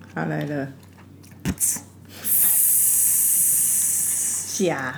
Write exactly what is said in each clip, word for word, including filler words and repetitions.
好来了，下。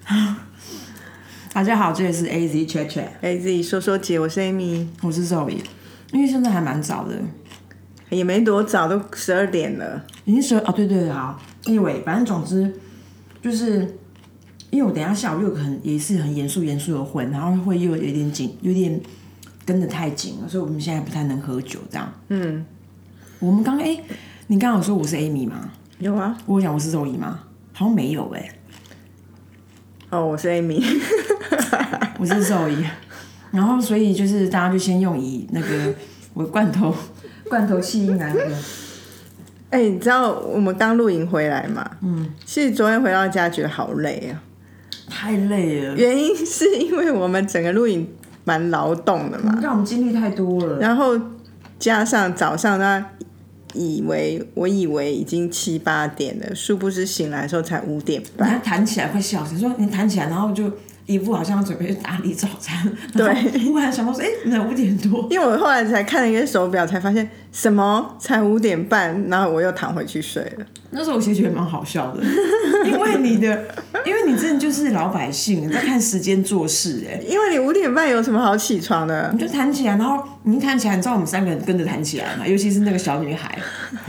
大家好，这里是 A Z Chat Chat A Z 说说姐，我是 Amy， 我是 Zoe。因为现在还蛮早的， 也没多早，都十二点了， 已经十哦，对对对，好。Anyway， 反正总之就是，因为我等一下下午又有很也是很严肃严肃的会，然后会又有点紧，有点跟得太紧了，所以我们现在不太能喝酒这样。嗯，我们刚刚哎，你刚刚有说我是 Amy 吗？ 有啊。 我有讲我是 Zoe 吗？好像没有哎、欸。 哦，我是 Amy， 我是 Zoe。然后，所以就是大家就先用以那个我罐头罐头气音来那个。 哎、欸，你知道我们刚露营回来嘛？嗯。其实昨天回到家觉得好累啊， 太累了。 原因是因为我们整个露营蛮劳动的嘛， 让我们精力太多了。 然后加上早上呢，以为我以为已经七八点了，殊不知醒来的时候才五点半。 你还弹起来快笑死，说你弹起来，然后就一副好像准备去打理早餐。 对， 忽然想到说，哎、欸，那五点多。 因为我后来才看了一个手表，才发现什么才五点半，然后我又躺回去睡了。 那时候我其实觉得蛮好笑的，因为你的，因为你真的就是老百姓，你在看时间做事、欸，哎， 因为你五点半有什么好起床的？ 你就弹起来，然后你一弹起来，你知道我们三个人跟着弹起来嘛，尤其是那个小女孩。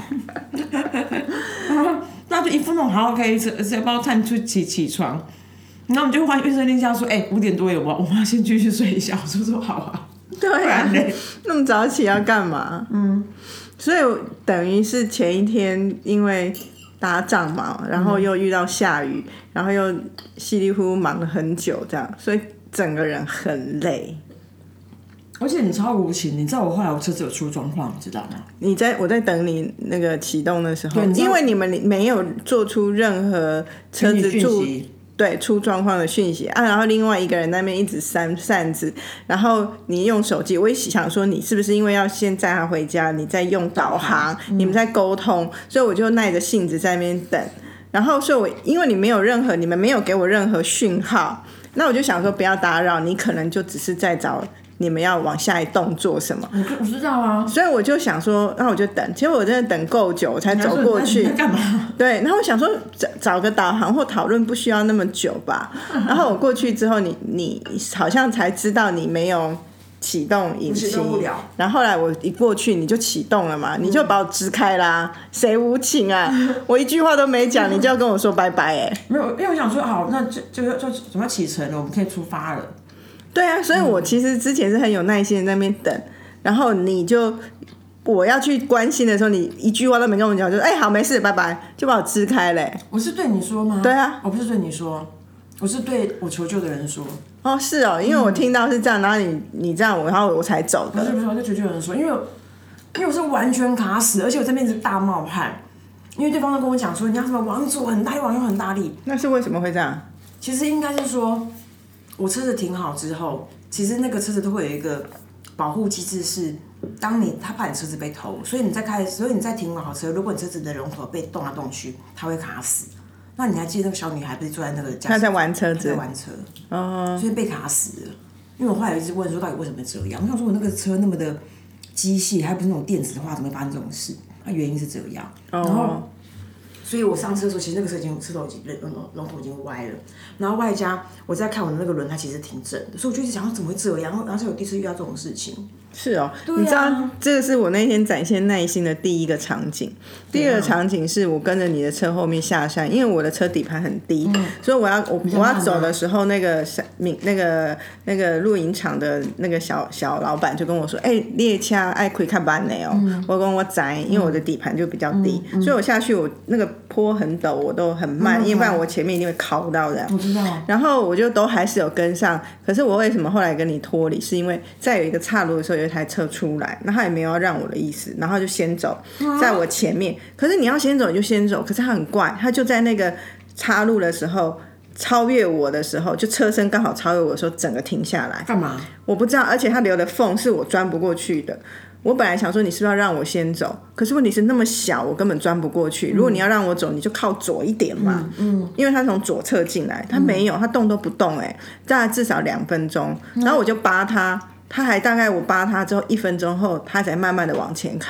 那就一副那种好 OK， 是要帮我探出起起床，然后我们就换预设令下说，哎、欸，五点多有吗？我们要先继续睡一下。我说说好啊， 对啊，那么早起要干嘛？嗯，所以等于是前一天因为打仗嘛，然后又遇到下雨，嗯、然后又稀里糊涂忙了很久，这样，所以整个人很累。 而且你超无情，你知道我后来我车子有出状况，你知道吗？ 你在我在等你那个启动的时候，因为你们没有做出任何车子出对出状况的讯息啊，然后另外一个人那边一直扇扇子，然后你用手机，我也想说你是不是因为要先载他回家，你在用导航，嗯、你们在沟通，所以我就耐着性子在那边等，然后所以我因为你没有任何，你们没有给我任何讯号，那我就想说不要打扰，你可能就只是在找。你们要往下一动做什么？ 我知道啊， 所以我就想说，那我就等。结果我真的等够久，我才走过去。 你在干嘛？ 对，然后我想说找找个导航或讨论不需要那么久吧。然后我过去之后你，你你好像才知道你没有启动引擎，然后后来我一过去你就启动了嘛，你就把我支开啦，谁无情啊？我一句话都没讲，你就要跟我说拜拜哎、欸。 没有，因为我想说，好，那就就就准备要启程了，我们可以出发了。 对啊，所以我其实之前是很有耐心的在那边等，然后你就我要去关心的时候，你一句话都没跟我讲，就哎、欸、好没事，拜拜，就把我支开嘞、欸。 我是对你说吗？ 对啊， 我不是对你说，我是对我求救的人说。 哦，是哦，因为我听到是这样，然后你你这样我，然后我才走的。 不是不是，我对求救的人说，因为因为我是完全卡死，而且我这边一直大冒汗，因为对方都跟我讲说，你要什么往左很大力，往右很大力。 那是为什么会这样？ 其实应该是说。我车子停好之后，其实那个车子都会有一个保护机制，是当你他怕你车子被偷，所以你在开，所以你在停好车，如果你车子的龙头被动来动去，它会卡死。那你还记得那个小女孩不是坐在那个驾驶， 她在玩车子， 在玩车， 哦， 所以被卡死了。因为我后来一直问说，到底为什么会这样？我想说，我那个车那么的机械，还不是那种电子的话，怎么会发生这种事？那原因是这样， 哦、 然后。所以我上车的时候，其实那个车已经车头已经龙龙头已经歪了，然后外加我在看我的那个轮胎其实挺正的，所以我就一直想说怎么会这样，然后我第一次遇到这种事情。 是哦， 啊、 你知道这个是我那天展现耐心的第一个场景。第二个场景是我跟着你的车后面下山，因为我的车底盘很低，嗯、所以我要我我要走的时候，那个那个那个露营场的那个小小老板就跟我说：“哎、欸，列车爱开看班的哦。嗯”我跟我窄，因为我的底盘就比较低，嗯嗯、所以我下去我那个坡很陡，我都很慢，嗯、因为不然我前面一定会靠到的。 我知道。 然后我就都还是有跟上，可是我为什么后来跟你脱离？是因为在有一个岔路的时候，有一台车出来，那他也没有要让我的意思，然后就先走，在我前面。可是你要先走你就先走，可是他很怪，他就在那个岔路的时候超越我的时候，就车身刚好超越我的时候，整个停下来。 干嘛？ 我不知道，而且他留的缝是我钻不过去的。我本来想说你是不是要让我先走，可是问题是那么小我根本钻不过去、嗯、如果你要让我走你就靠左一点嘛、嗯嗯、因为他从左侧进来，他没有，他动都不动，哎，大概至少两分钟，然后我就扒他，他还大概我扒他之后一分钟后他才慢慢的往前开，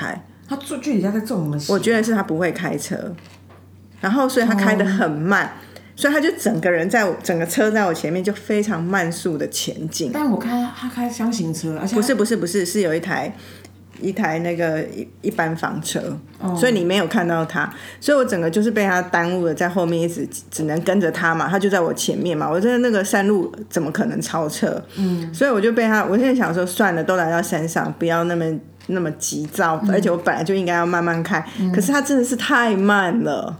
他坐具体在做什么？ 我觉得是他不会开车，然后所以他开得很慢。哦，所以他就整个人在我整个车在我前面就非常慢速的前进。 但我看他开箱型车，而且不是不是不是是有一台一台那个一般房车，哦，所以你没有看到他，所以我整个就是被他耽误了，在后面一直只能跟着他嘛，他就在我前面嘛，我在那个山路怎么可能超车？嗯，所以我就被他，我现在想说算了，都来到山上，不要那么那么急躁，嗯，而且我本来就应该要慢慢开，嗯，可是他真的是太慢了。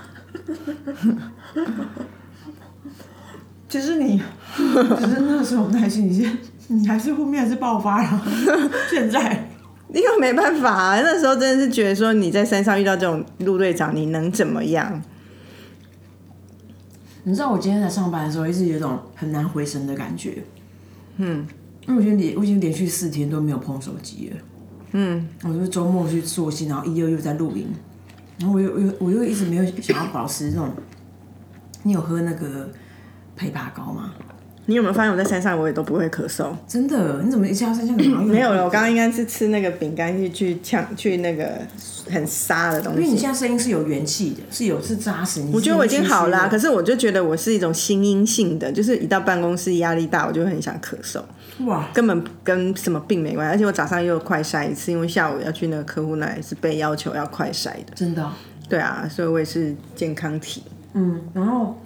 其实你，其实那时候耐心，你先，你还是后面还是爆发了。现在， 因为没办法啊，那时候真的是觉得说你在山上遇到这种陆队长，你能怎么样？ 你知道我今天在上班的时候，一直有一种很难回神的感觉。嗯，因为我已经连我已经连续四天都没有碰手机了。嗯，我就是周末去做戏，然后一又又在录音。然后我又又我又一直没有想要保持这种。你有喝那个枇杷膏吗？ 你有没有发现我在山上我也都不会咳嗽？ 真的？你怎么一下山上好像没有了？我刚刚应该是吃那个饼干去去呛去那个很沙的东西。 因为你现在声音是有元气的，是有是扎实。 我觉得我已经好啦，可是我就觉得我是一种心因性的，就是一到办公室压力大，我就很想咳嗽。哇，根本跟什么病没关系，而且我早上又快筛一次，因为下午要去那个客户那里是被要求要快筛的。 真的、哦？ 对啊，所以我也是健康体。 嗯，然后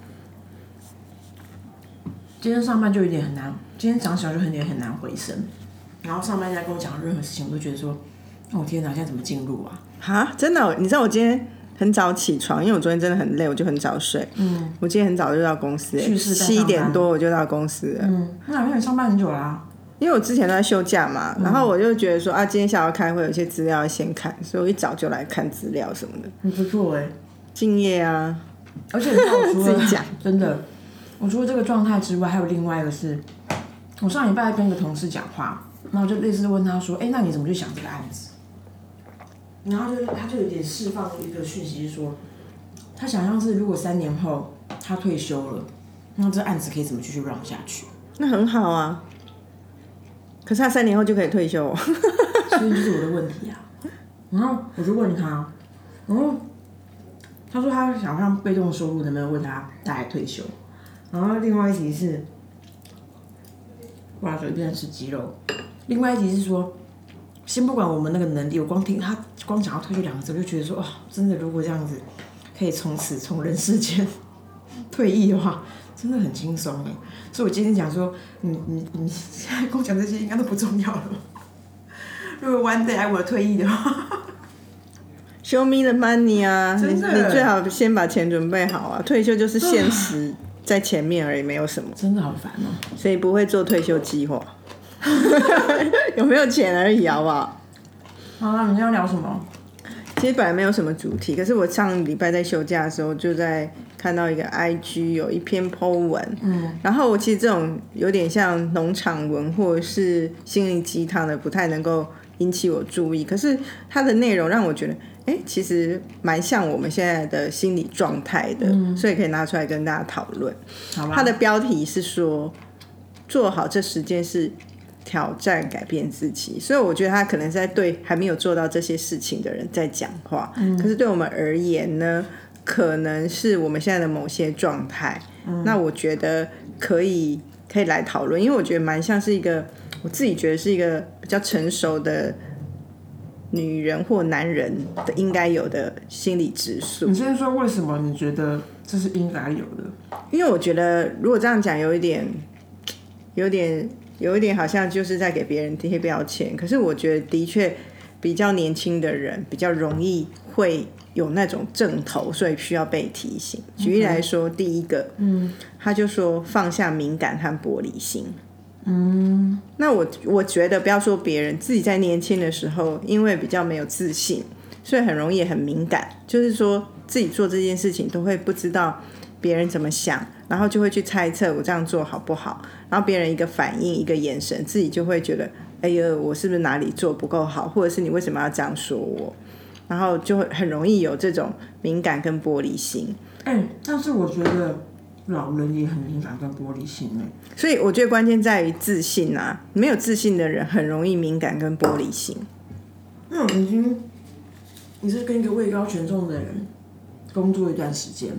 今天上班就有点很难，今天早上就很点很难回神。然后上班在跟我讲任何事情，我都觉得说，哦天哪，现在怎么进入啊？ 哈，真的、哦？你知道我今天很早起床，因为我昨天真的很累，我就很早睡。嗯，我今天很早就到公司，七点多我就到公司了。 嗯，那因为你上班很久啦、啊。 因为我之前都在休假嘛，然后我就觉得说啊，今天下午开会有些资料要先看，所以我一早就来看资料什么的。 很不错哎、欸， 敬业啊！ 而且你知道我除了自己讲， 真的，我除了这个状态之外，还有另外一个是，我上礼拜跟一个同事讲话，然后就类似问他说，哎、欸，那你怎么去想这个案子？然后就他就有点释放一个讯息，是说他想象是如果三年后他退休了，那这案子可以怎么继续 run 下去？ 那很好啊。可是他三年后就可以退休、哦， 所以就是我的问题啊。然后我就问他，然后他说他想让被动收入能不能为他带来退休。然后另外一题是，哇，随便吃鸡肉。另外一题是说，先不管我们那个能力，我光听他光讲到退休两个字，我就觉得说，哇，真的如果这样子可以从此从人世间退役的话。真的很轻松哎，所以我今天讲说，你你你现在跟我讲这些应该都不重要了。如果 one day 我退役的话 ，Show me the money 啊！ 你你最好先把钱准备好啊！退休就是现实在前面而已，没有什么。 真的好烦哦， 所以不会做退休计划，有没有钱而已，好不好？ 好了，你要聊什么？ 其实本来没有什么主题，可是我上礼拜在休假的时候就在看到一个 I G 有一篇 po 文，嗯，然后我其实这种有点像农场文或者是心灵鸡汤的，不太能够引起我注意，可是它的内容让我觉得，哎，其实蛮像我们现在的心理状态的，嗯，所以可以拿出来跟大家讨论。好吧，它的标题是说做好这十件事。挑战改变自己，所以我觉得他可能是在对还没有做到这些事情的人在讲话，嗯，可是对我们而言呢，可能是我们现在的某些状态，嗯，那我觉得可以可以来讨论，因为我觉得蛮像是一个，我自己觉得是一个比较成熟的女人或男人的应该有的心理指数。 你先说为什么你觉得这是应该有的？ 因为我觉得如果这样讲有一点有点有一点好像就是在给别人贴标签，可是我觉得的确比较年轻的人比较容易会有那种症头，所以需要被提醒。举例来说，第一个，嗯，他就说放下敏感和玻璃心。嗯，那我我觉得不要说别人，自己在年轻的时候，因为比较没有自信，所以很容易也很敏感，就是说自己做这件事情都会不知道别人怎么想，然后就会去猜测我这样做好不好，然后别人一个反应一个眼神，自己就会觉得哎呀我是不是哪里做不够好，或者是你为什么要这样说我，然后就会很容易有这种敏感跟玻璃心。 哎，但是我觉得老人也很敏感跟玻璃心哎， 所以我觉得关键在于自信啊，没有自信的人很容易敏感跟玻璃心。 那我曾经你是跟一个位高权重的人工作一段时间，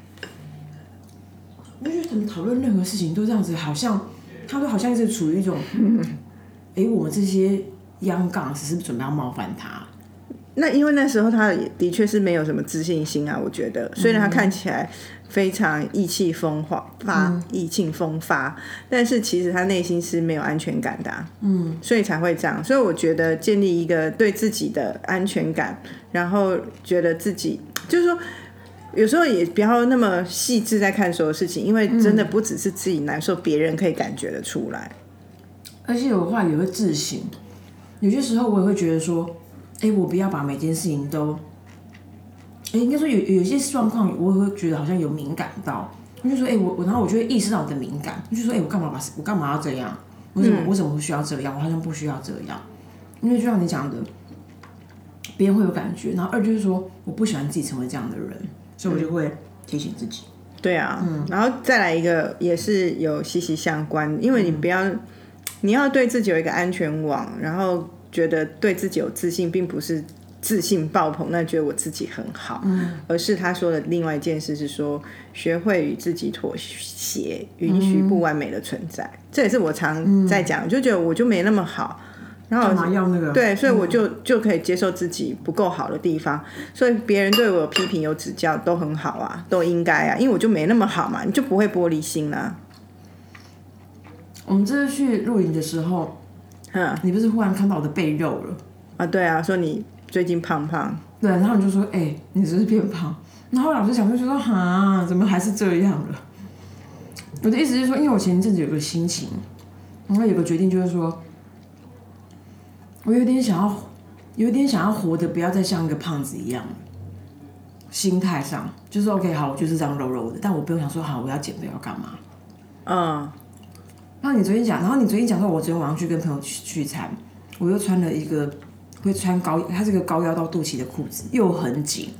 我觉得怎么讨论任何事情都这样子，好像他都好像是处于一种，哎、欸，我们这些央杠是不是准备要冒犯他？ 那因为那时候他的确是没有什么自信心啊，我觉得，虽然他看起来非常意气风发，嗯、意气风发，但是其实他内心是没有安全感的、啊，嗯，所以才会这样。所以我觉得建立一个对自己的安全感，然后觉得自己就是说，有时候也不要那么细致在看所有事情，因为真的不只是自己难受，别、嗯、人可以感觉得出来。 而且有话也会自省，有些时候我也会觉得说。哎、欸，我不要把每件事情都，哎、欸，应该说有有些状况，我会觉得好像有敏感到，我就说，哎、欸，我我，然后我就会意识到我的敏感，我就说，哎、欸，我干嘛把我干嘛要这样？为什么、嗯、为什么会需要这样？我好像不需要这样，因为就像你讲的，别人会有感觉，然后二就是说，我不喜欢自己成为这样的人，所以我就会提醒自己。 对啊，嗯，然后再来一个也是有息息相关，因为你不要，嗯、你要对自己有一个安全网，然后。觉得对自己有自信，并不是自信爆棚，那觉得我自己很好，嗯、而是他说的另外一件事是说，学会与自己妥协，允许不完美的存在。嗯、这也是我常在讲，就觉得我就没那么好，然后干嘛要那个？ 对，所以我就就可以接受自己不够好的地方，所以别人对我有批评有指教都很好啊，都应该啊，因为我就没那么好嘛，你就不会玻璃心啊。 我们这次去露营的时候。嗯、你不是忽然看到我的背肉了啊？对啊，说你最近胖胖。 对，然后你就说，哎、欸，你是不是变胖？然后老师想就说，哈，怎么还是这样了？我的意思是说，因为我前一阵子有个心情，然后有个决定就是说，我有点想要，有点想要活得不要再像一个胖子一样。心态上就是 OK， 好，我就是这样肉肉的，但我不用想说，好，我要减肥要干嘛？嗯。然后你昨天讲，然后你昨天讲说，我昨天晚上去跟朋友去聚餐，我又穿了一个会穿高，它是个高腰到肚脐的裤子，又很紧。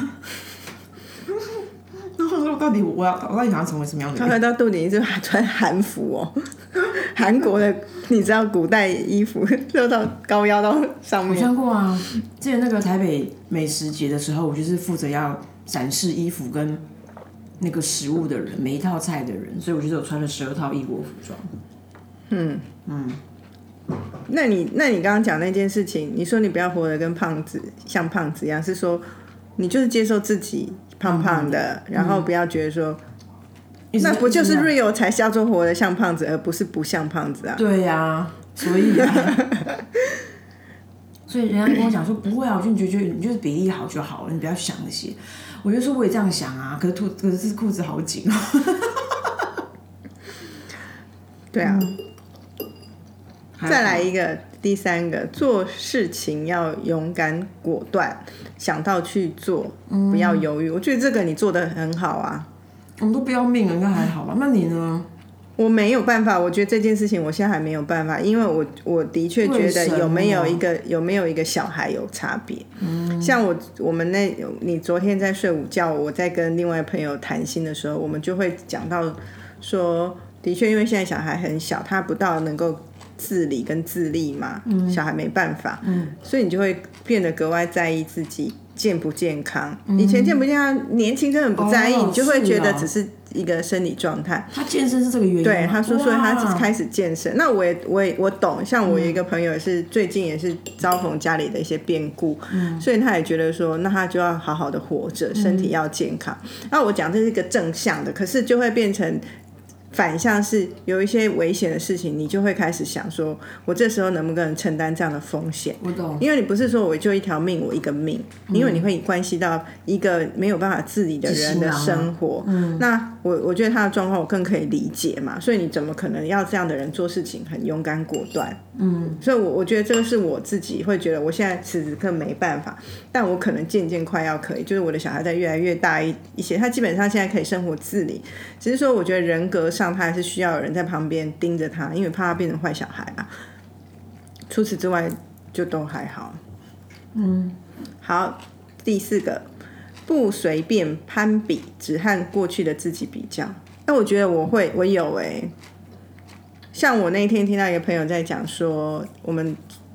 然后我说，到底我要，我到底想要成为什么样的人？ 穿到肚脐是穿韩服哦，韩国的，你知道古代衣服露到高腰到上面。 我穿过啊，之前那个台北美食节的时候，我就是负责要展示衣服跟。那个食物的人，每一套菜的人，所以我觉得我穿了十二套异国服装。嗯嗯， 那你那你刚刚讲那件事情，你说你不要活得跟胖子像胖子一样，是说你就是接受自己胖胖的，嗯、然后不要觉得说，嗯、那不就是 real 才叫做活得像胖子，而不是不像胖子啊？ 对呀、啊，所以、啊，所以人家跟我讲说不会啊，我就觉得你就是比例好就好了，你不要想那些。我就说我也这样想啊，可是裤可是裤子好紧哦。 对啊，嗯、再来一个第三个，做事情要勇敢果断，想到去做，嗯、不要犹豫。我觉得这个你做得很好啊。 我们都不要命了，应该还好吧？那你呢？ 我没有办法，我觉得这件事情我现在还没有办法，因为我我的确觉得有没有一个有没有一个小孩有差别。嗯，像我我们那，你昨天在睡午觉，我在跟另外朋友谈心的时候，我们就会讲到说，的确因为现在小孩很小，他不到能够自理跟自立嘛，嗯、小孩没办法，嗯，所以你就会变得格外在意自己健不健康。嗯、以前健不健康，年轻根本不在意，哦、你就会觉得只是一个生理状态。 他健身是这个原因吗？ 对，他说，所以他开始健身。那我也我也我懂，像我有一个朋友也是、嗯、最近也是遭逢家里的一些变故，嗯、所以他也觉得说，那他就要好好的活着，身体要健康。嗯、那我讲这是一个正向的，可是就会变成。反向是有一些危险的事情，你就会开始想说，我这时候能不能承担这样的风险？ 我懂， 因为你不是说我就一条命，我一个命，嗯、因为你会关系到一个没有办法自理的人的生活。嗯、那我我觉得他的状况我更可以理解嘛，所以你怎么可能要这样的人做事情很勇敢果断？嗯，所以我我觉得这个是我自己会觉得我现在此时此刻没办法，但我可能渐渐快要可以，就是我的小孩在越来越大一一些，他基本上现在可以生活自理，只是说我觉得人格上。他还是需要有人在旁边盯着他，因为怕他变成坏小孩啊。除此之外，就都还好。嗯，好，第四个，不随便攀比，只和过去的自己比较。那我觉得我会，我有哎、欸。像我那一天听到一个朋友在讲说，我们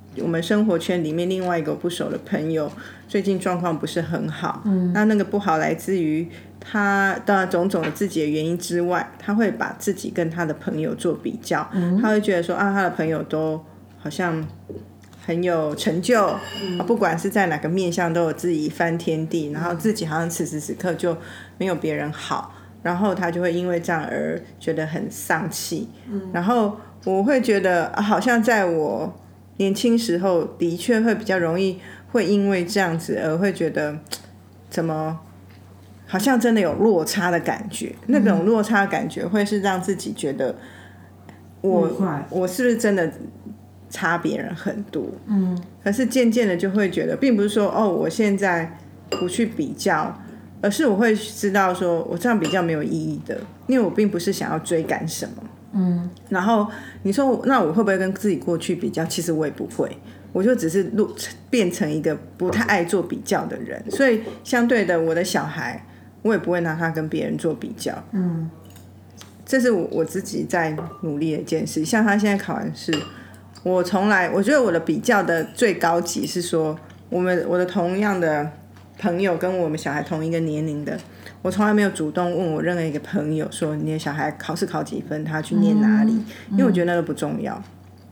我们生活圈里面另外一个不熟的朋友最近状况不是很好，嗯，那那个不好来自于他当然种种的自己的原因之外，他会把自己跟他的朋友做比较，嗯，他会觉得说啊，他的朋友都好像很有成就，嗯，不管是在哪个面向都有自己一番天地，然后自己好像此时此刻就没有别人好，然后他就会因为这样而觉得很丧气，嗯，然后我会觉得，啊，好像在我年轻时候的确会比较容易会因为这样子而会觉得怎么好像真的有落差的感觉，嗯，那种落差的感觉会是让自己觉得我我是不是真的差别人很多，嗯，可是渐渐的就会觉得并不是说哦我现在不去比较，而是我会知道说我这样比较没有意义的，因为我并不是想要追赶什么，嗯，然后你说那我会不会跟自己过去比较，其实我也不会，我就只是变成一个不太爱做比较的人，所以相对的我的小孩我也不会拿他跟别人做比较，嗯，这是我我自己在努力的一件事。像他现在考完试，我从来我觉得我的比较的最高级是说我们我的同样的朋友跟我们小孩同一个年龄的，我从来没有主动问我任何一个朋友说你的小孩考试考几分，他去念哪里，嗯嗯，因为我觉得那个不重要。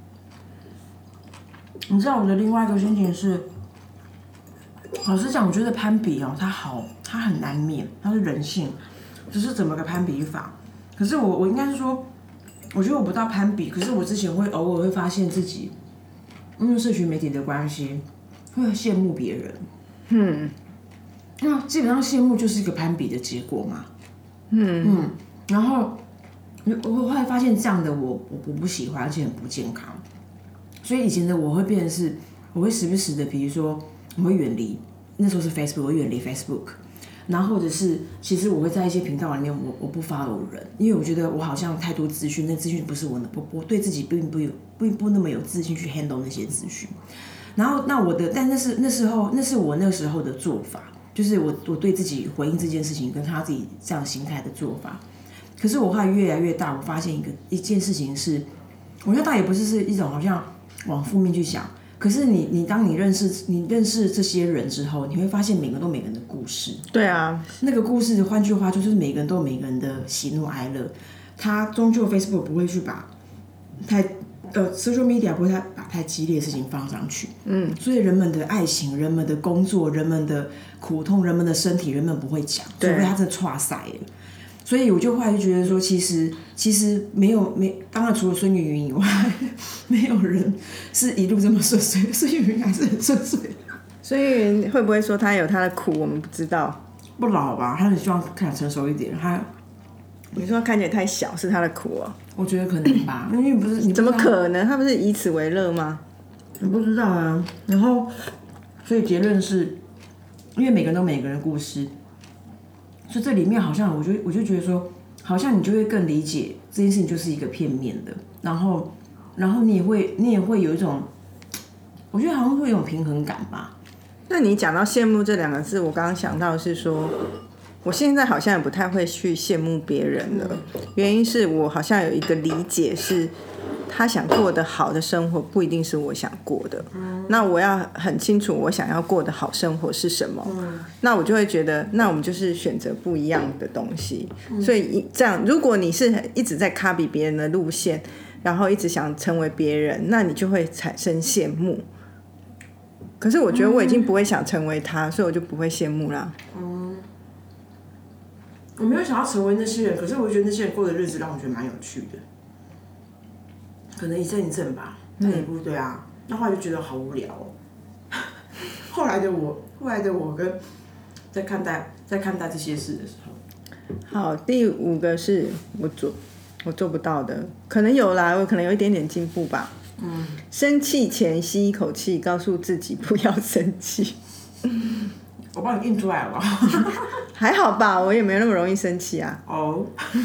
你知道我的另外一个心情是，老实讲，我觉得攀比哦，它好，它很难免，它是人性，只是怎么个攀比法。可是我我应该是说，我觉得我不到攀比，可是我之前会偶尔会发现自己，因为社群媒体的关系，会羡慕别人。嗯，那基本上羡慕就是一个攀比的结果嘛。嗯嗯，然后我后来发现这样的我我我不喜欢，而且很不健康。所以以前的我会变成是，我会时不时的，比如说我会远离，那时候是 Facebook， 我会远离 Facebook， 然后或者是其实我会在一些频道里面我我不 follow 人，因为我觉得我好像太多资讯，那资讯不是我我我对自己并不有并不那么有自信去 handle 那些资讯。然后那我的，但那是那时候那是我那时候的做法，就是我我对自己回应这件事情跟他自己这样心态的做法。可是我后来越来越大，我发现一个一件事情是，我觉得倒也不是是一种好像往负面去想，可是你你当你认识你认识这些人之后，你会发现每个人都每个人的故事。 对啊， 那个故事换句话就是每个人都有每个人的喜怒哀乐，他终究 Facebook 不会去把太呃 social media 不会把太激烈的事情放上去。嗯，所以人们的爱情、人们的工作、人们的苦痛、人们的身体，人们不会讲，除非他真的挫赛了。所以我就后来就觉得说，其实其实没有没，当然除了孙芸芸以外，没有人是一路这么顺遂。孙芸芸还是很顺遂。 孙芸芸会不会说他有他的苦，我们不知道。 不老吧，他很希望看起来成熟一点。他你说看起来太小是他的苦哦？ 我觉得可能吧，因为不是你不怎么可能？他不是以此为乐吗？ 我不知道啊。然后，所以结论是，因为每个人都有每个人的故事。所以这里面好像我就我就觉得说，好像你就会更理解这件事情就是一个片面的，然后然后你也会你也会有一种，我觉得好像会有一种平衡感吧。 那你讲到羡慕这两个字，我刚刚想到的是说，我现在好像也不太会去羡慕别人了，原因是我好像有一个理解是，他想过得好的生活不一定是我想过的，嗯，那我要很清楚我想要过的好生活是什么，嗯，那我就会觉得那我们就是选择不一样的东西，嗯，所以这样如果你是一直在 copy 别人的路线，然后一直想成为别人，那你就会产生羡慕。可是我觉得我已经不会想成为他，嗯，所以我就不会羡慕啦。 嗯，我没有想要成为那些人，可是我觉得那些人过的日子让我觉得蛮有趣的。可能一阵一阵吧，那也不对啊。嗯，那后来就觉得好无聊哦。后来的我，后来的我跟在看待在看待这些事的时候， 好，第五个是我做我做不到的，可能有啦，我可能有一点点进步吧。嗯，生气前吸一口气，告诉自己不要生气。 我帮你印出来了吧？ 还好吧，我也没那么容易生气啊。 哦。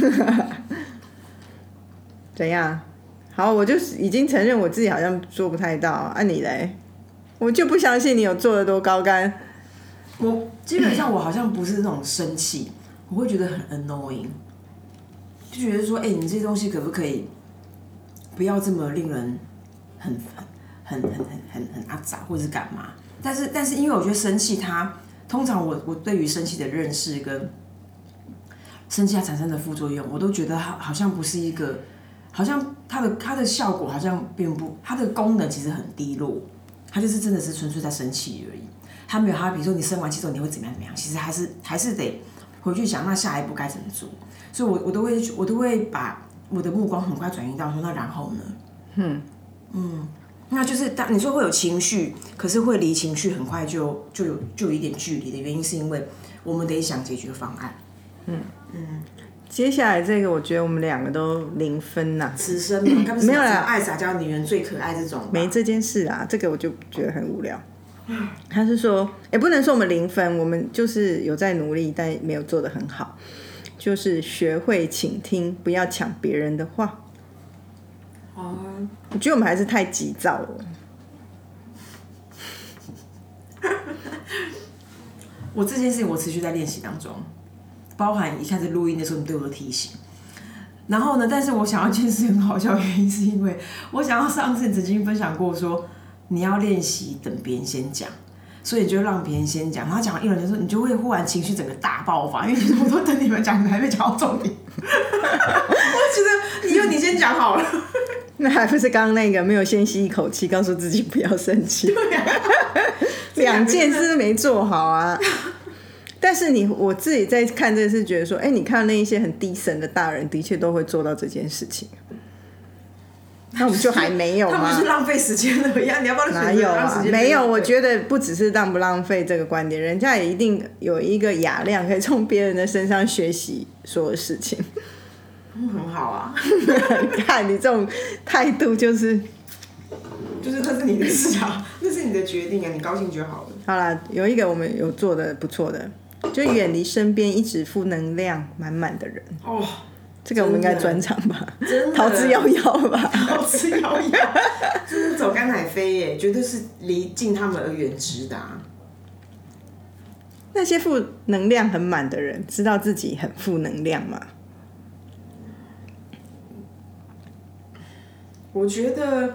怎样？好，我就已经承认我自己好像做不太到啊，你嘞？我就不相信你有做得多高竿。 我基本上我好像不是那种生气，我会觉得很 annoying， 就觉得说，哎、欸，你这些东西可不可以不要这么令人很很很很很很阿杂或者是干嘛。但是但是因为我觉得生气它，通常我我对于生气的认识跟生气它产生的副作用，我都觉得好好像不是一个，好像它的它的效果好像并不，它的功能其实很低落，它就是真的是纯粹在生气而已。它没有它，比如说你生完气之后你会怎么样怎么样，其实还是还是得回去想那下一步该怎么做。所以我我都会我都会把我的目光很快转移到说那然后呢？嗯嗯，那就是当你说会有情绪，可是会离情绪很快就就有就有一点距离的原因，是因为我们得想解决方案。嗯嗯，接下来这个我觉得我们两个都零分呐、啊。 此生嘛，该不是没有啦，爱撒娇女人最可爱这种。 没这件事啊，这个我就觉得很无聊。他是说，也不能说我们零分，我们就是有在努力，但没有做得很好。就是学会倾听，不要抢别人的话。哦，我觉得我们还是太急躁了。 我这件事情我持续在练习当中，包含一开始录音的时候你对我的提醒。然后呢，但是我想要一件事很好笑的原因，是因为我想要上次曾经分享过说，你要练习等别人先讲。所以你就让别人先讲，然后讲完一轮的时候，你就会忽然情绪整个大爆发，因为我都等你们讲，你们还没讲到重点。我觉得因为你先讲好了， 那还不是刚刚那个没有先吸一口气，告诉自己不要生气。 对啊， 两件事没做好啊。但是你我自己在看这个是觉得说，哎，你看那一些很低神的大人，的确都会做到这件事情。那我们就还没有吗？ 他们是浪费时间了呀！你要不要哪有啊？没有，我觉得不只是浪不浪费这个观点，人家也一定有一个雅量，可以从别人的身上学习所有事情。 嗯，很好啊。 看你这种态度，就是就是那是你的事啊，那是你的决定啊，你高兴就好了。 好啦，有一个我们有做的不错的，就远离身边一直负能量满满的人。哦。这个我们应该专场吧，逃之夭夭吧， 逃之夭夭，真是走甘乃飞耶，绝对是离近他们而远之的、啊。 那些负能量很满的人，知道自己很负能量吗？ 我觉得，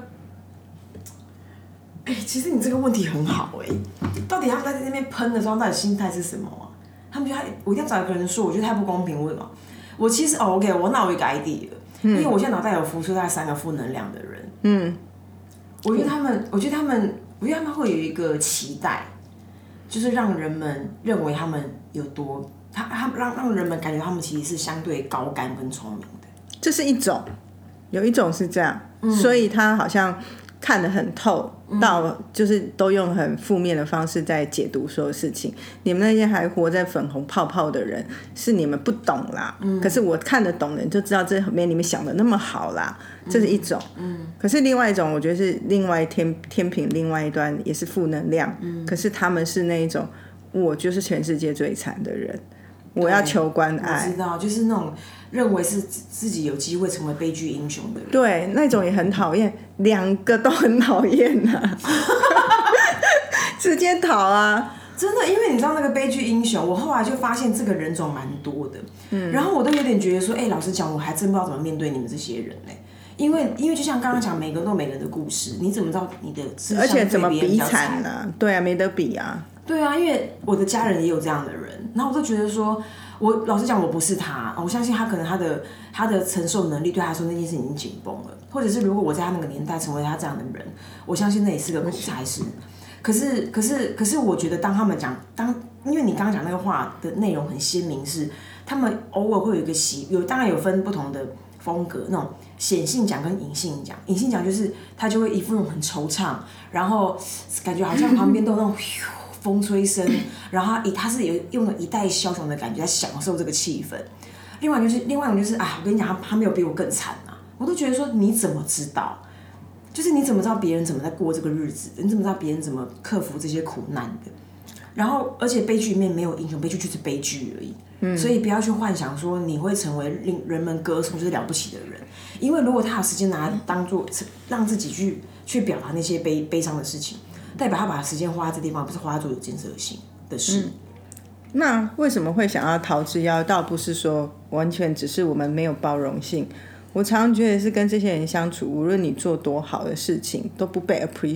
哎、欸，其实你这个问题很好哎，到底他们在那边喷的时候，到底心态是什么啊？他们觉得我一定要找一个人说，我觉得太不公平，为什么？我其实哦 ，OK， 我脑有一个 idea，、嗯、因为我现在脑袋有浮出大概三个负能量的人。嗯，我觉得他们，我觉得他们，我觉得他们会有一个期待，就是让人们认为他们有多，他他让让人们感觉他们其实是相对高干跟聪明的。 这是一种，有一种是这样，嗯、所以他好像看得很透。到就是都用很负面的方式在解读所有事情。你们那些还活在粉红泡泡的人，是你们不懂啦。嗯、可是我看得懂的人就知道这没你们想的那么好啦。这是一种。嗯。可是另外一种，我觉得是另外天天平另外一端也是负能量。嗯。可是他们是那一种，我就是全世界最惨的人，我要求关爱。 我知道，就是那种认为是自己有机会成为悲剧英雄的人。 对，那种也很讨厌，两个都很讨厌呐。直接逃啊！ 真的，因为你知道那个悲剧英雄，我后来就发现这个人种蛮多的。嗯，然后我都有点觉得说，哎、欸，老实讲，我还真不知道怎么面对你们这些人嘞、欸。因为，因为就像刚刚讲，每个人都有每个人的故事，你怎么知道你的？ 而且怎么比惨呢、啊？对啊，没得比啊。 对啊，因为我的家人也有这样的人，然后我都觉得说，我老实讲，我不是他，我相信他可能他的他的承受能力对他来说那件事已经紧绷了，或者是如果我在他那个年代成为他这样的人，我相信那也是个苦差事。可是，可是，可是，我觉得当他们讲，当因为你刚刚讲那个话的内容很鲜明，是他们偶尔会有一个习，有当然有分不同的风格，那种显性讲跟隐性讲。隐性讲就是他就会一副那种很惆怅，然后感觉好像旁边都有那种风吹声，然后他他是有用了一代枭雄的感觉在享受这个气氛。另外就是另外一种就是啊，我跟你讲，他他没有比我更惨啊，我都觉得说你怎么知道？就是你怎么知道别人怎么在过这个日子？你怎么知道别人怎么克服这些苦难的？然后，而且悲剧里面没有英雄，悲剧就是悲剧而已。嗯，所以不要去幻想说你会成为令人们歌颂就是了不起的人，因为如果他有时间拿来当做让自己去去表达那些悲悲伤的事情，代表他把时间花在这地方，不是花在做有建设性的事。嗯， 那为什么会想要逃之夭夭？倒不是说完全只是我们没有包容性。 我常常觉得是跟这些人相处，无论你做多好的事情，都不被 appreciate 。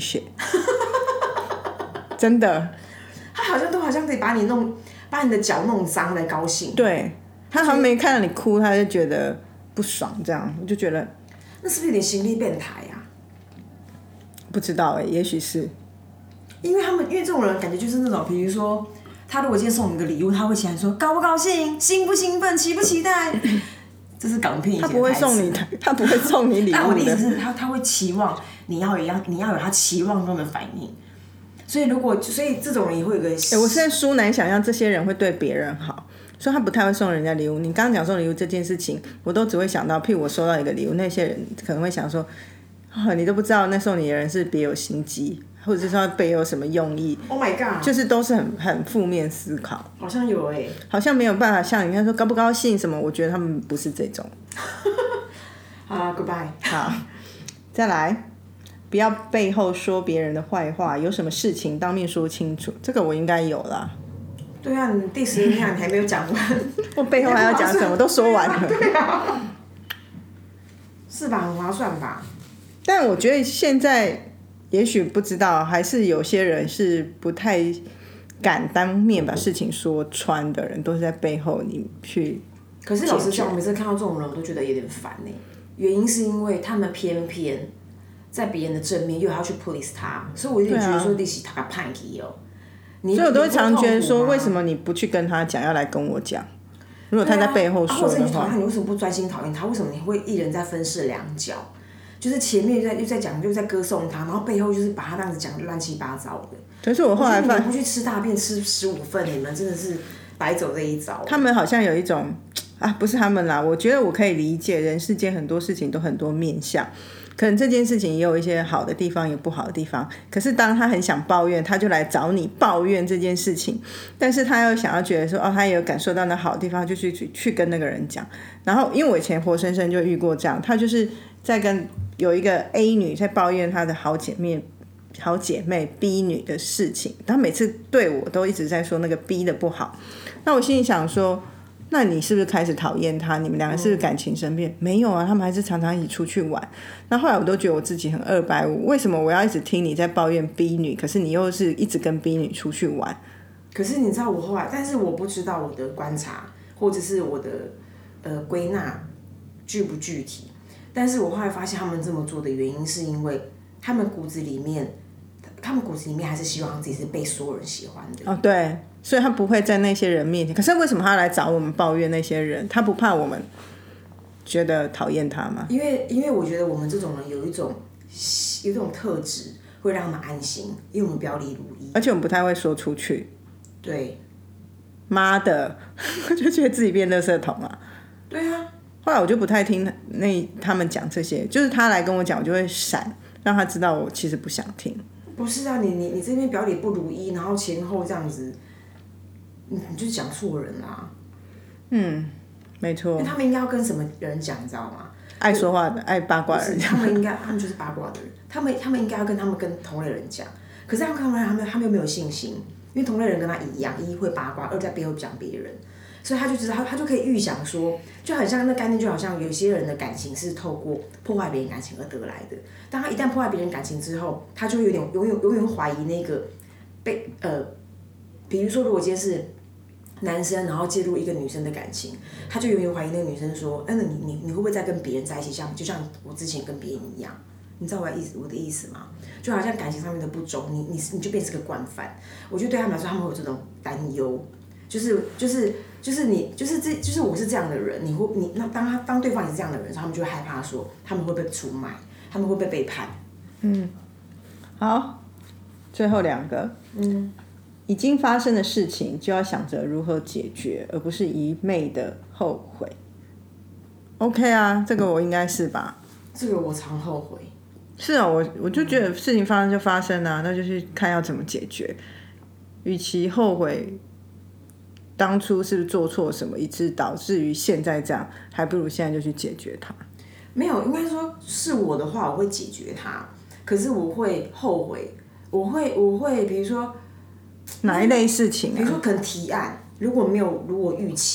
真的， 他好像都好像可以把你弄，把你的脚弄脏来高兴。 对，他好像没看到你哭，他就觉得不爽，这样我就觉得那是不是有点心理变态啊？ 不知道哎、欸，也许是， 因为他们因为这种人感觉就是那种，比如说他如果今天送你个礼物，他会起来说高不高兴、兴不兴奋、期不期待。这是港片以前的台词。 他不会送你，他不会送你礼物的。 但我的意思是他他会期望你要有你要有他期望中的反应。所以如果所以这种人也会有个、 欸，我现在殊难想象这些人会对别人好，所以他不太会送人家礼物。你刚刚讲送礼物这件事情，我都只会想到，譬如我收到一个礼物，那些人可能会想说，哦，你都不知道那送你的人是别有心机，或者是说背有什么用意。 Oh my god！ 就是都是很很负面思考。 好像有哎、欸， 好像没有办法像你看说高不高兴什么，我觉得他们不是这种。 好啦 ，Goodbye。 好，再来。不要背后说别人的坏话，有什么事情当面说清楚。这个我应该有啦。 对啊，你第十天你还没有讲完， 我背后还要讲什么都说完了。 对啊，是吧？很划算吧？ 但我觉得现在也许不知道，还是有些人是不太敢当面把事情说穿的人，都是在背后你去。 可是老实讲，我每次看到这种人，我都觉得有点烦呢、欸。原因是因为他们偏偏。在别人的正面又要去 please 他，所以我有点觉得说你是他个叛逆哦。 所以我都会常觉得说，为什么你不去跟他讲，要来跟我讲？如果他在背后说的话， 啊啊、或者你讨厌你为什么不专心讨厌他？为什么你会一人在分饰两角？就是前面又在又在讲，又在歌颂他，然后背后就是把他这样子讲乱七八糟的。 可是我后来发现， 你们不去吃大便吃十五份，你们真的是白走这一招。 他们好像有一种啊，不是他们啦，我觉得我可以理解，人世间很多事情都很多面向。可能这件事情也有一些好的地方，也不好的地方。可是当他很想抱怨，他就来找你抱怨这件事情。但是他又想要觉得说，哦，他也有感受到那好的地方，就去去去跟那个人讲。然后，因为我以前活生生就遇过这样，他就是在跟有一个 A 女在抱怨她的好姐妹、好姐妹 B 女的事情。他每次对我都一直在说那个 B 的不好。那我心里想说，那你是不是开始讨厌他？你们两个是不是感情生变？嗯、没有啊，他们还是常常一起出去玩。那后来我都觉得我自己很二百五，为什么我要一直听你在抱怨 B 女，可是你又是一直跟 B 女出去玩？ 可是你知道我后来，但是我不知道我的观察或者是我的呃归纳具不具体。但是我后来发现他们这么做的原因，是因为他们骨子里面，他们骨子里面还是希望自己是被所有人喜欢的。 哦，对。所以他不会在那些人面前，可是为什么他来找我们抱怨那些人？他不怕我们觉得讨厌他吗？ 因为因为我觉得我们这种人有一种有一种特质，会让他们安心，因为我们表里如一， 而且我们不太会说出去。 对， 妈的，我就觉得自己变垃圾桶啊。 对啊。 后来我就不太听那他们讲这些，就是他来跟我讲，我就会闪，让他知道我其实不想听。 不是啊，你你你这边表里不如一，然后前后这样子。你就是讲错人啦、啊， 嗯，没错。 他们应该要跟什么人讲，你知道吗？ 爱说话的、爱八卦的人。 他们应该，他们就是八卦的人。他们他们应该要跟他们跟同类人讲，可是他们同类人他们他们又没有信心，因为同类人跟他一样，一会八卦，二在背后讲别人，所以他就知道他他就可以预想说，就很像那概念，就好像有些人的感情是透过破坏别人感情而得来的。当他一旦破坏别人感情之后，他就有点永远永远怀疑那个被呃，比如说如果今天是。男生然后介入一个女生的感情，他就永远怀疑那个女生说：“哎、欸，那你你你会不会再跟别人在一起？像就像我之前跟别人一样？你知道我的意思我的意思吗？就好像感情上面的不忠，你你你就变成个惯犯。我觉得对他们来说，他们会有这种担忧，就是就是就是你就是这就是我是这样的人，你会你那当他当对方也是这样的人，他们就会害怕说他们会被出卖，他们会被背叛。 嗯，好，最后两个， 嗯。 已经发生的事情就要想着如何解决，而不是一昧的后悔。OK 啊，这个我应该是吧？ 这个我常后悔。 是啊，我我就觉得事情发生就发生啊，那就去看要怎么解决。与其后悔当初是不是做错什么，以致导致于现在这样，还不如现在就去解决它。 没有，应该说是我的话，我会解决它。可是我会后悔，我会我会比如说。 哪一类事情啊？ 比如说可能提案，如果没有如我预期，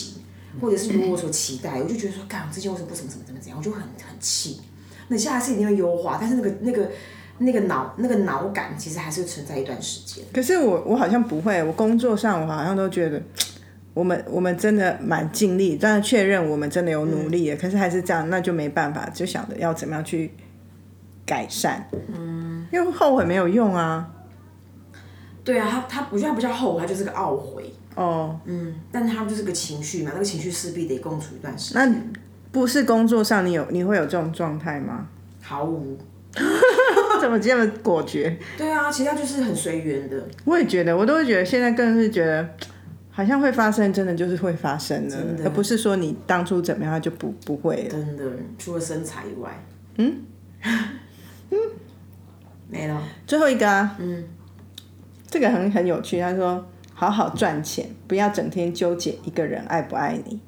或者是如我所期待，我就觉得说，干，我之前为什么不怎么怎么怎么怎样，我就很很气。那下一次一定会优化，但是那个那个那个脑那个脑感其实还是存在一段时间。 可是我我好像不会，我工作上我好像都觉得。我们我们真的蛮尽力，当然确认我们真的有努力的、嗯，可是还是这样，那就没办法，就想着要怎么样去改善。嗯，因为后悔没有用啊。 对啊，他他我觉得他不叫后悔，他就是个懊悔。 哦， 嗯，但他就是个情绪嘛，那个情绪势必得共处一段时间。 那不是工作上你有你会有这种状态吗？ 毫无。 怎么这么果决？ 对啊，其实他就是很随缘的。 我也觉得，我都会觉得，现在更是觉得。好像会发生，真的就是会发生的，而不是说你当初怎么样就不不会了。 真的，除了身材以外， 嗯， 嗯，没了。 最后一个啊，嗯，这个很很有趣。他说：“好好赚钱，不要整天纠结一个人爱不爱你。”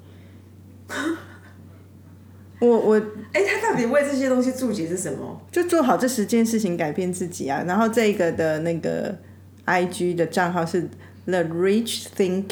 我我哎、欸，他到底为这些东西注解是什么？ 就做好这十件事情，改变自己啊。然后这个的那个 I G 的账号是。The Rich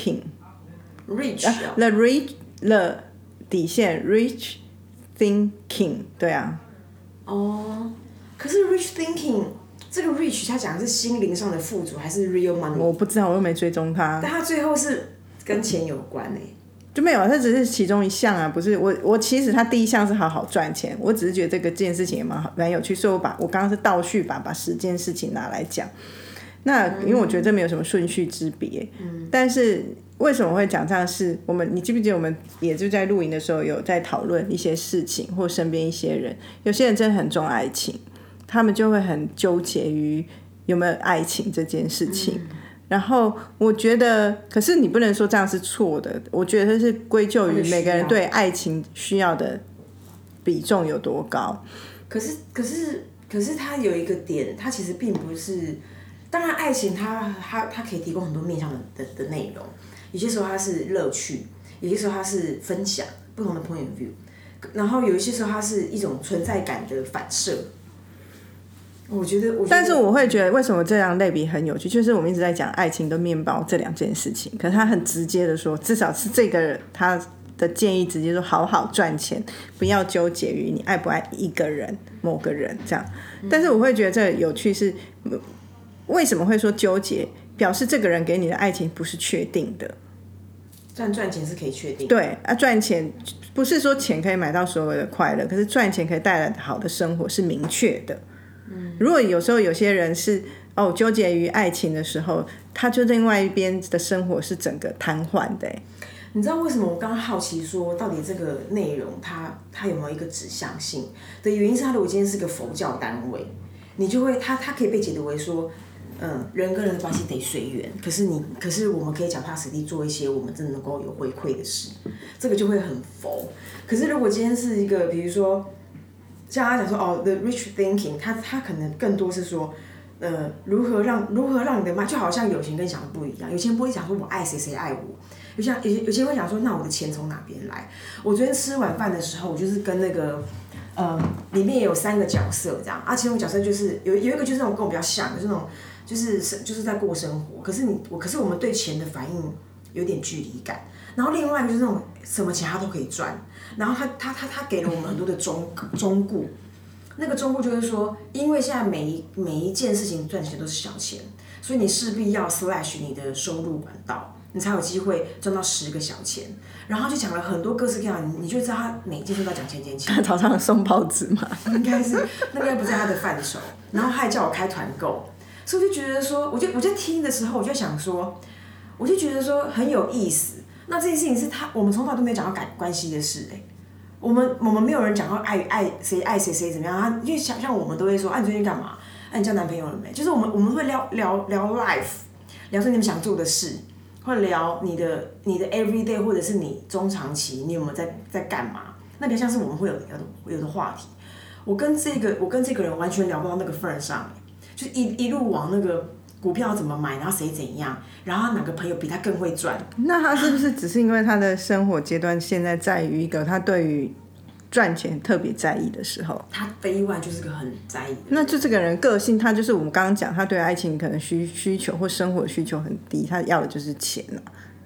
Thinking，Rich、啊、The Rich The 底线 Rich Thinking， 对啊。 哦，可是 Rich Thinking 这个 Rich 他讲的是心灵上的富足还是 Real Money？ 我不知道，我又没追踪他。 但他最后是跟钱有关诶、欸。 就没有，它只是其中一项啊，不是我我其实他第一项是好好赚钱，我只是觉得这个件事情也蛮好蛮有趣，所以我把我刚刚是倒叙把把十件事情拿来讲。那因为我觉得这没有什么顺序之别、嗯，但是为什么会讲这样是我们你记不记得我们也就在录影的时候有在讨论一些事情，或身边一些人，有些人真的很重爱情，他们就会很纠结于有没有爱情这件事情、嗯、然后我觉得可是你不能说这样是错的，我觉得是归咎于每个人对爱情需要的比重有多高。 可是可是可是他有一个点，他其实并不是，当然爱情它它它可以提供很多面向的的的内容，有些时候它是乐趣，有些时候它是分享不同的 point of view， 然后有一些时候它是一种存在感的反射。我觉得，我觉得， 但是我会觉得为什么这样类比很有趣，就是我们一直在讲爱情跟面包这两件事情，可是他很直接的说，至少是这个人他的建议直接说好好赚钱，不要纠结于你爱不爱一个人某个人这样。但是我会觉得这个有趣是为什么会说纠结，表示这个人给你的爱情不是确定的。 赚赚钱是可以确定的， 对啊，赚钱不是说钱可以买到所有的快乐，可是赚钱可以带来好的生活是明确的。嗯，如果有时候有些人是哦纠结于爱情的时候，他就另外一边的生活是整个瘫痪的。 你知道为什么我刚刚好奇说，到底这个内容它它有没有一个指向性的原因？是它如果今天是个佛教单位，你就会它它可以被解读为说，嗯，人跟人的关系得随缘，可是你可是我们可以脚踏实地做一些我们真的能够有回馈的事，这个就会很佛。可是如果今天是一个，比如说像他讲说哦 ，the rich thinking， 他他可能更多是说，呃，如何让如何让你的妈，就好像有钱跟想的不一样，有钱不会讲说我爱谁谁爱我。有些有些有些人会讲说，那我的钱从哪边来？我昨天吃晚饭的时候，我就是跟那个，呃，里面也有三个角色这样，啊，其中一个角色就是有有一个就是那种跟我比较像，就是那种就是就是在过生活，可是你我可是我们对钱的反应有点距离感。然后另外一个就是那种什么钱他都可以赚，然后他他他他给了我们很多的忠忠固，那个忠固就是说，因为现在每一每一件事情赚钱都是小钱，所以你势必要 slash 你的收入管道。你才有机会赚到十个小钱，然后就讲了很多各式各样，你就知道他每件事都在讲钱钱钱。 他早上送报纸嘛， 应该是那个应该不在他的范畴。然后他还叫我开团购，所以我就觉得说，我就我在听的时候，我就想说，我就觉得说很有意思。那这件事情是他我们从来都没有讲到感关系的事哎、欸，我们我们没有人讲到爱爱谁爱谁谁怎么样，他因为像像我们都会说，啊你最近干嘛？啊你交男朋友了没？就是我们我们会聊聊聊 life， 聊说你们想做的事。会聊你的你的 everyday 或者是你中长期你有没有在在干嘛？那比较像是我们会有有有的话题。我跟这个我跟这个人完全聊不到那个份上，就一一路往那个股票怎么买，然后谁怎样，然后哪个朋友比他更会赚。 那他是不是只是因为他的生活阶段现在在于一个他对于赚钱特别在意的时候， 他day one就是个很在意的人。 那就这个人个性，他就是我们刚刚讲，他对爱情可能需需求或生活需求很低，他要的就是钱啊。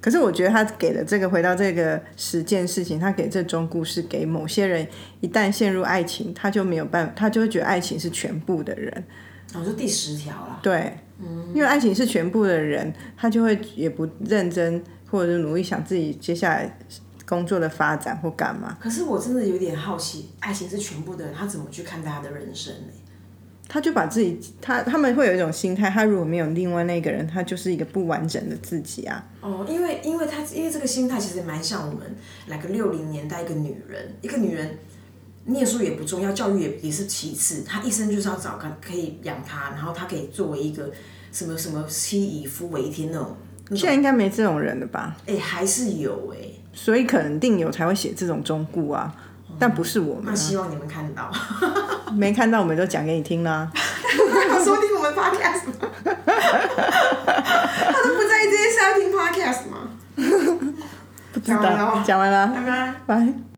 可是我觉得他给的这个回到这个十件事情，他给这中故事给某些人，一旦陷入爱情，他就没有办法，他就会觉得爱情是全部的人。 我说第十条啦。 对，嗯，因为爱情是全部的人，他就会也不认真或者是努力想自己接下来工作的发展或干嘛。 可是我真的有点好奇，爱情是全部的人，他怎么去看待他的人生呢？ 他就把自己，他他们会有一种心态，他如果没有另外那个人，他就是一个不完整的自己啊。 哦，因为因为他因为这个心态其实蛮像我们来个六零年代一个女人，一个女人念书也不重要，教育也也是其次，她一生就是要找个可以养她，然后她可以作为一个什么什么妻以夫为天那种。 现在应该没这种人了吧？ 哎、欸，还是有哎、欸， 所以肯定有才会写这种忠故啊。但不是我们、啊， 那希望你们看到， 没看到我们就讲给你听啦。 有收听我们 podcast 吗？他都不在意这些事，要听 podcast 吗？ 不知道，讲完了， 拜拜， 拜。